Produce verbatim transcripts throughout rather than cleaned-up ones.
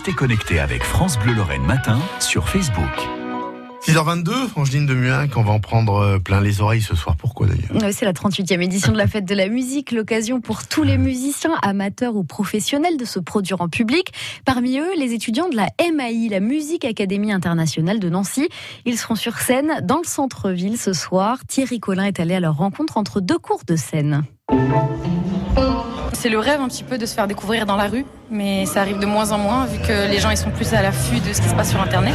Restez connectés avec France Bleu Lorraine Matin sur Facebook. six heures vingt-deux, Angeline de Muin, qu'on va en prendre plein les oreilles ce soir. Pourquoi d'ailleurs ? Oui, c'est la trente-huitième édition de la Fête de la musique, l'occasion pour tous les musiciens, amateurs ou professionnels, de se produire en public. Parmi eux, les étudiants de la M A I, la Musique Académie Internationale de Nancy. Ils seront sur scène dans le centre-ville ce soir. Thierry Collin est allé à leur rencontre entre deux cours de scène. C'est le rêve un petit peu de se faire découvrir dans la rue, mais ça arrive de moins en moins vu que les gens ils sont plus à l'affût de ce qui se passe sur Internet.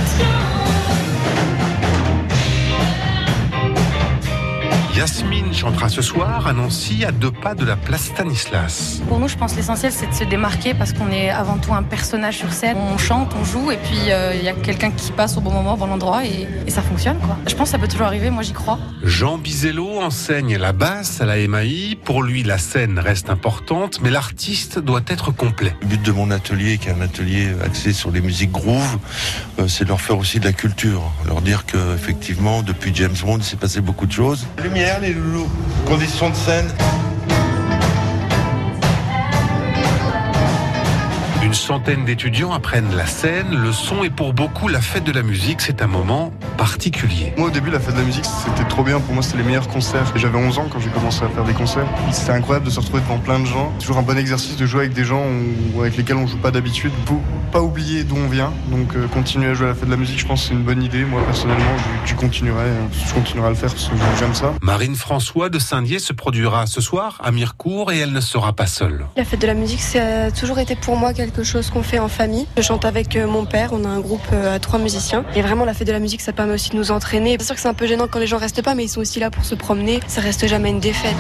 Yasmine chantera ce soir à Nancy, à deux pas de la place Stanislas. Pour nous, je pense que l'essentiel, c'est de se démarquer parce qu'on est avant tout un personnage sur scène. On chante, on joue et puis il euh, y a quelqu'un qui passe au bon moment, au bon endroit et, et ça fonctionne, quoi. Je pense que ça peut toujours arriver, moi j'y crois. Jean Bizello enseigne la basse à la M A I. Pour lui, la scène reste importante, mais l'artiste doit être complet. Le but de mon atelier, qui est un atelier axé sur les musiques groove, euh, c'est de leur faire aussi de la culture. Leur dire qu'effectivement, depuis James Bond, il s'est passé beaucoup de choses. Lumière, les loulous, conditions de scène. Une centaine d'étudiants apprennent la scène. Le son est pour beaucoup la fête de la musique. C'est un moment particulier. Moi, au début, la fête de la musique, c'était trop bien. Pour moi, c'était les meilleurs concerts. J'avais onze ans quand j'ai commencé à faire des concerts. C'était incroyable de se retrouver devant plein de gens. C'est toujours un bon exercice de jouer avec des gens avec lesquels on joue pas d'habitude. Faut pas oublier d'où on vient. Donc, euh, continuer à jouer à la fête de la musique, je pense que c'est une bonne idée. Moi, personnellement, je, je continuerai, je continuerai à le faire parce que j'aime ça. Marine François de Saint-Dié se produira ce soir à Mirecourt et elle ne sera pas seule. La fête de la musique, ça a toujours été pour moi quelque chose qu'on fait en famille. Je chante avec mon père, on a un groupe à trois musiciens. Et vraiment, la fête de la musique, ça permet aussi de nous entraîner. C'est sûr que c'est un peu gênant quand les gens restent pas, mais ils sont aussi là pour se promener. Ça reste jamais une défaite.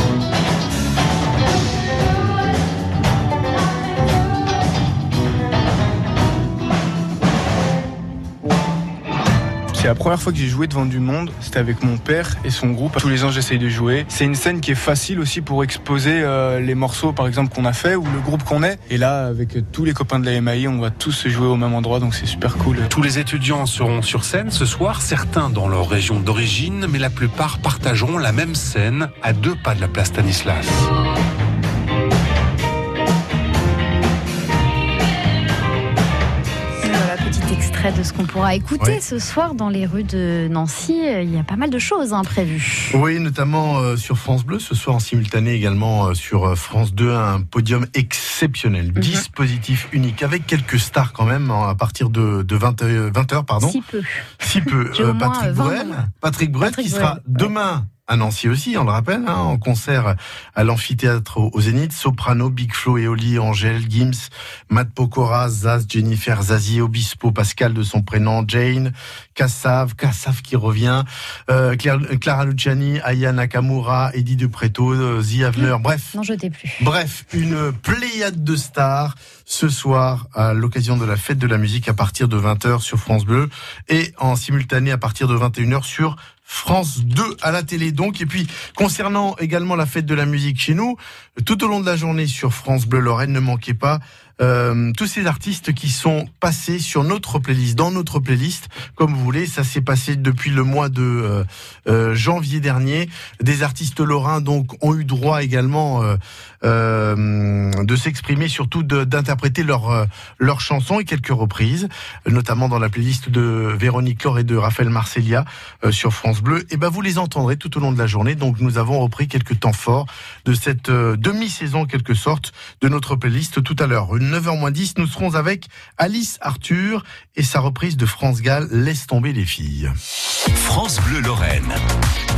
C'est la première fois que j'ai joué devant du monde, c'était avec mon père et son groupe. Tous les ans j'essaye de jouer. C'est une scène qui est facile aussi pour exposer euh, les morceaux par exemple qu'on a fait ou le groupe qu'on est. Et là avec tous les copains de la M A I, on va tous jouer au même endroit, donc c'est super cool. Tous les étudiants seront sur scène ce soir, certains dans leur région d'origine, mais la plupart partageront la même scène à deux pas de la place Stanislas. Extrait de ce qu'on pourra écouter oui. ce soir dans les rues de Nancy. Il y a pas mal de choses hein, prévues. Oui, notamment euh, sur France Bleu, ce soir en simultané également euh, sur euh, France deux, un podium exceptionnel, mm-hmm. dispositif unique, avec quelques stars quand même, à partir de, de vingt heures. Pardon. Si peu. Si peu. Euh, Patrick Bruel, Patrick Bruel Patrick qui Bruel. sera demain à Nancy aussi, on le rappelle, hein, en concert à l'amphithéâtre au, au Zénith. Soprano, Big Flo et Oli, Angèle, Gims, Matt Pokora, Zaz, Jennifer, Zazie, Obispo, Pascal de son prénom, Jane, Kassav, Kassav qui revient, euh, Claire, Clara Luciani, Aya Nakamura, Eddie De Pretto, euh, The Avener, mmh, bref. N'en jetez plus. Bref, une pléiade de stars ce soir à l'occasion de la fête de la musique à partir de vingt heures sur France Bleu et en simultané à partir de vingt et une heures sur France deux à la télé donc. Et puis concernant également la fête de la musique chez nous, tout au long de la journée sur France Bleu Lorraine, ne manquez pas euh, tous ces artistes qui sont passés sur notre playlist, dans notre playlist, comme vous voulez. Ça s'est passé depuis le mois de euh, euh, janvier dernier. Des artistes lorrains donc ont eu droit également euh, euh, de s'exprimer, surtout de, d'interpréter leurs euh, leurs chansons et quelques reprises, notamment dans la playlist de Véronique Laure et de Raphaël Marcellia euh, sur France Bleu. Et ben vous les entendrez tout au long de la journée. Donc nous avons repris quelques temps forts de cette euh, demi-saison en quelque sorte de notre playlist tout à l'heure. neuf heures moins dix, nous serons avec Alice Arthur et sa reprise de France Gall, Laisse tomber les filles. France Bleu Lorraine.